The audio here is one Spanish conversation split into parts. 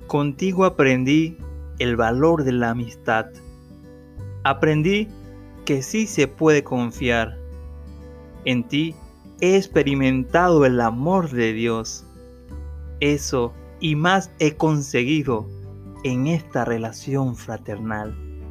Contigo aprendí el valor de la amistad. Aprendí que sí se puede confiar. En ti he experimentado el amor de Dios. Eso y más he conseguido en esta relación fraternal.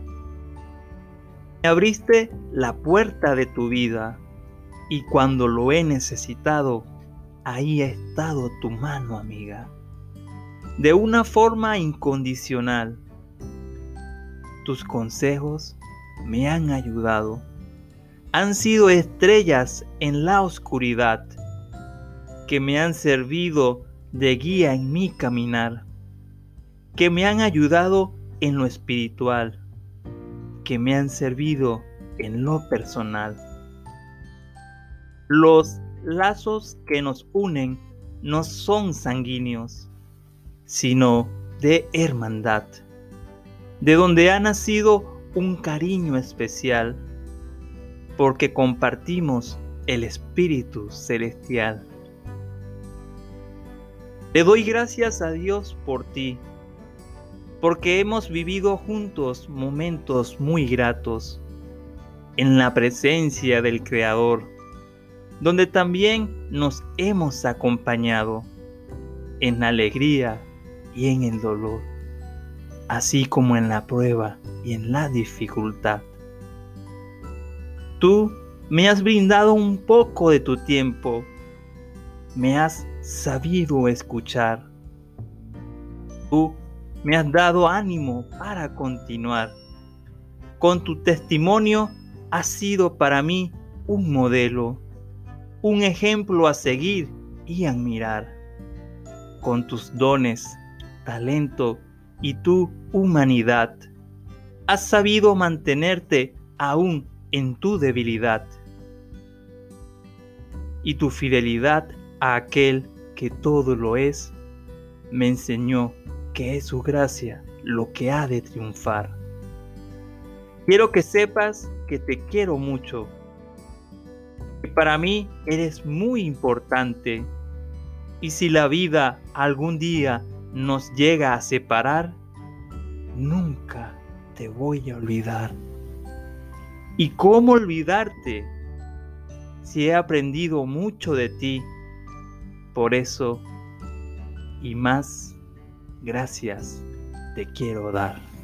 Me abriste la puerta de tu vida y cuando lo he necesitado, ahí ha estado tu mano amiga. De una forma incondicional. Tus consejos me han ayudado. Han sido estrellas en la oscuridad que me han servido de guía en mi caminar, que me han ayudado en lo espiritual, que me han servido en lo personal. Los lazos que nos unen no son sanguíneos, sino de hermandad, de donde ha nacido un cariño especial, porque compartimos el Espíritu Celestial. Le doy gracias a Dios por ti, porque hemos vivido juntos momentos muy gratos, en la presencia del Creador, donde también nos hemos acompañado, en la alegría y en el dolor, así como en la prueba y en la dificultad. Tú me has brindado un poco de tu tiempo, me has sabido escuchar. Tú me has dado ánimo para continuar. Con tu testimonio has sido para mí un modelo, un ejemplo a seguir y admirar. Con tus dones, talento y tu humanidad, has sabido mantenerte aún en tu debilidad. Y tu fidelidad a aquel que todo lo es, me enseñó que es su gracia lo que ha de triunfar. Quiero que sepas que te quiero mucho, que para mí eres muy importante, y si la vida algún día nos llega a separar, nunca te voy a olvidar. ¿Y cómo olvidarte si he aprendido mucho de ti? Por eso y más, gracias te quiero dar.